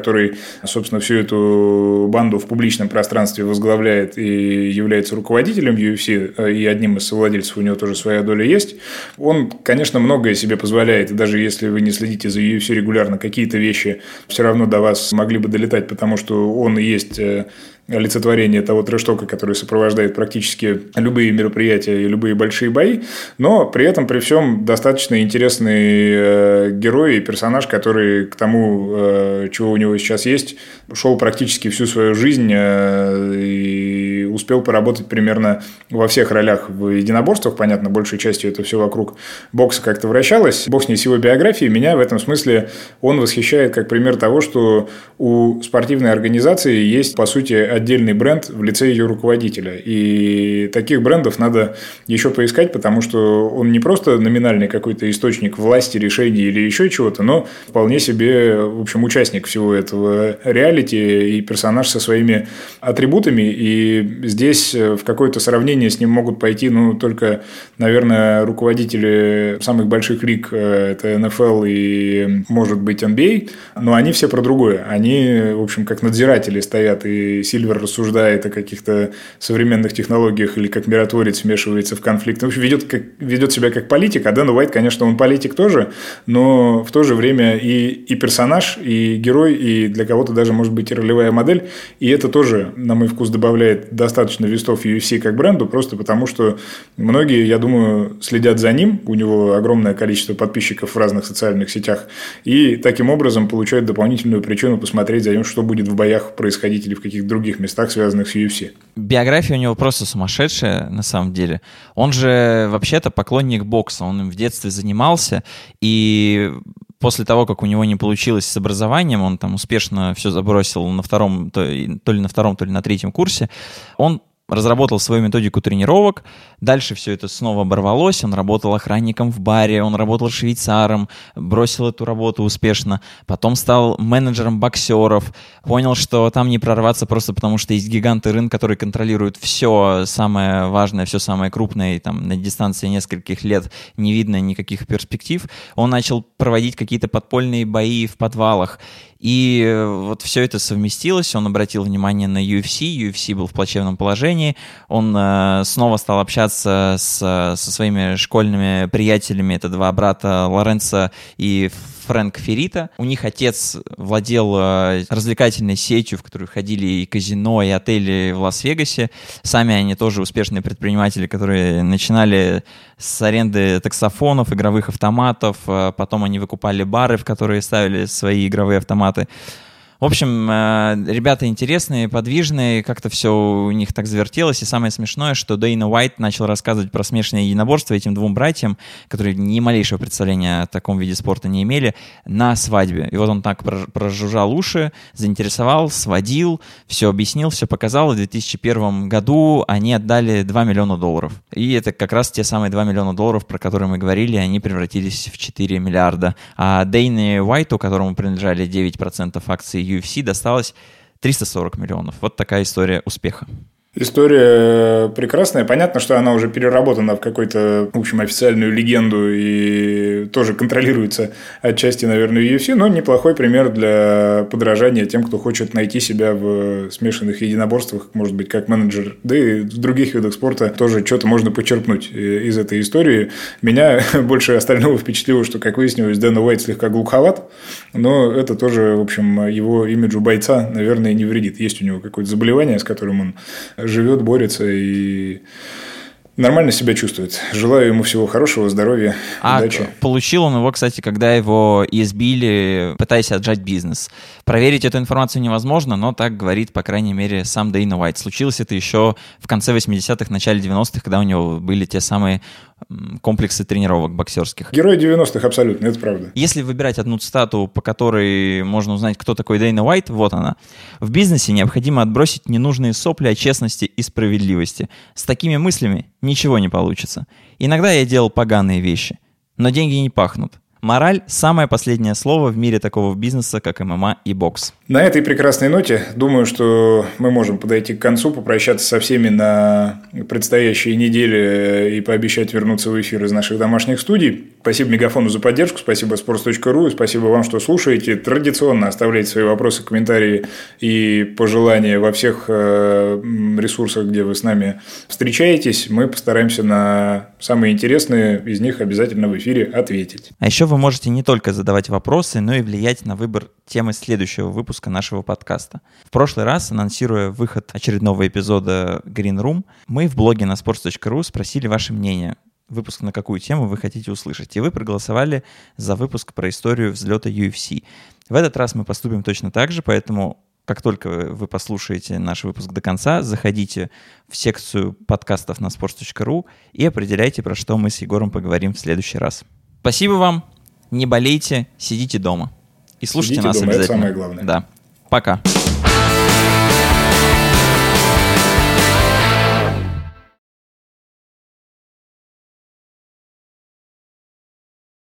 собственно, всю эту банду в публичном пространстве возглавляет и является руководителем ю эф си, и одним из совладельцев у него тоже своя доля есть. Он, конечно, многое себе позволяет, и даже если вы не следите за ю эф си регулярно, какие-то вещи все равно до вас могли бы долетать, потому что он и есть олицетворение того трэш-тока, который сопровождает практически любые мероприятия и любые большие бои, но при этом, при всем, достаточно интересный э, герой и персонаж, который к тому, э, чего у него сейчас есть, шел практически всю свою жизнь э, и успел поработать примерно во всех ролях в единоборствах. Понятно, большей частью это все вокруг бокса как-то вращалось. Бог с ней с его биографией. Меня в этом смысле он восхищает как пример того, что у спортивной организации есть, по сути, отдельный бренд в лице ее руководителя. И таких брендов надо еще поискать, потому что он не просто номинальный какой-то источник власти, решений или еще чего-то, но вполне себе, в общем, участник всего этого реалити и персонаж со своими атрибутами. И здесь в какое-то сравнение с ним могут пойти, ну, только, наверное, руководители самых больших лиг, это эн эф эл и, может быть, эн би эй, но они все про другое. Они, в общем, как надзиратели стоят, и Сильвер рассуждает о каких-то современных технологиях или как миротворец вмешивается в конфликт. В общем, ведет, как, ведет себя как политик, а Дэн Уайт, конечно, он политик тоже, но в то же время и, и персонаж, и герой, и для кого-то даже, может быть, и ролевая модель. И это тоже, на мой вкус, добавляет достаточно вестов ю эф си как бренду, просто потому что многие, я думаю, следят за ним, у него огромное количество подписчиков в разных социальных сетях, и таким образом получают дополнительную причину посмотреть за тем, что будет в боях происходить или в каких-то других местах, связанных с ю эф си. Биография у него просто сумасшедшая, на самом деле. Он же вообще-то поклонник бокса, он им в детстве занимался, и после того, как у него не получилось с образованием, он там успешно все забросил на втором, то, то ли на втором, то ли на третьем курсе, он разработал свою методику тренировок, дальше все это снова оборвалось, он работал охранником в баре, он работал швейцаром, бросил эту работу успешно, потом стал менеджером боксеров, понял, что там не прорваться просто потому, что есть гиганты рынка, которые контролируют все самое важное, все самое крупное, и там на дистанции нескольких лет не видно никаких перспектив. Он начал проводить какие-то подпольные бои в подвалах, и вот все это совместилось, он обратил внимание на ю эф си, ю эф си был в плачевном положении, он э, снова стал общаться с, со своими школьными приятелями, это два брата Лоренцо и Фрэнк Феррита. У них отец владел э, развлекательной сетью, в которую ходили и казино, и отели в Лас-Вегасе. Сами они тоже успешные предприниматели, которые начинали с аренды таксофонов, игровых автоматов, э, потом они выкупали бары, в которые ставили свои игровые автоматы. В общем, ребята интересные, подвижные, как-то все у них так завертелось. И самое смешное, что Дэйна Уайт начал рассказывать про смешанное единоборство этим двум братьям, которые ни малейшего представления о таком виде спорта не имели, на свадьбе. И вот он так прожужжал уши, заинтересовал, сводил, все объяснил, все показал. И в две тысячи первом году они отдали два миллиона долларов. И это как раз те самые два миллиона долларов, про которые мы говорили, они превратились в четыре миллиарда. А Дэйне Уайту, которому принадлежали девять процентов акций ю эф си, досталось триста сорок миллионов. Вот такая история успеха. История прекрасная. Понятно, что она уже переработана в какую-то, в общем, официальную легенду и тоже контролируется отчасти, наверное, ю эф си, но неплохой пример для подражания тем, кто хочет найти себя в смешанных единоборствах, может быть, как менеджер, да и в других видах спорта тоже что-то можно почерпнуть из этой истории. Меня больше остального впечатлило, что, как выяснилось, Дэн Уайт слегка глуховат, но это тоже, в общем, его имиджу бойца, наверное, не вредит. Есть у него какое-то заболевание, с которым он живет, борется и нормально себя чувствует. Желаю ему всего хорошего, здоровья, а удачи. Получил он его, кстати, когда его избили, пытаясь отжать бизнес. Проверить эту информацию невозможно, но так говорит, по крайней мере, сам Дэйна Уайт. Случилось это еще в конце восьмидесятых, начале девяностых, когда у него были те самые комплексы тренировок боксерских. Герой девяностых абсолютно, это правда. Если выбирать одну цитату, по которой можно узнать, кто такой Дэйна Уайт, вот она. В бизнесе необходимо отбросить ненужные сопли о честности и справедливости. С такими мыслями ничего не получится. Иногда я делал поганые вещи, но деньги не пахнут. Мораль – самое последнее слово в мире такого бизнеса, как эм эм а и бокс. На этой прекрасной ноте, думаю, что мы можем подойти к концу, попрощаться со всеми на предстоящие недели и пообещать вернуться в эфир из наших домашних студий. Спасибо Мегафону за поддержку, спасибо спортс точка ру, спасибо вам, что слушаете. Традиционно оставляйте свои вопросы, комментарии и пожелания во всех ресурсах, где вы с нами встречаетесь. Мы постараемся на самые интересные из них обязательно в эфире ответить. А еще вы можете не только задавать вопросы, но и влиять на выбор темы следующего выпуска нашего подкаста. В прошлый раз, анонсируя выход очередного эпизода Green Room, мы в блоге на спортс точка ру спросили ваше мнение. Выпуск на какую тему вы хотите услышать. И вы проголосовали за выпуск про историю взлета ю эф си. В этот раз мы поступим точно так же, поэтому как только вы послушаете наш выпуск до конца, заходите в секцию подкастов на спортс точка ру и определяйте, про что мы с Егором поговорим в следующий раз. Спасибо вам, не болейте, сидите дома. И слушайте сидите нас дома, обязательно. Это самое главное. Да. Пока.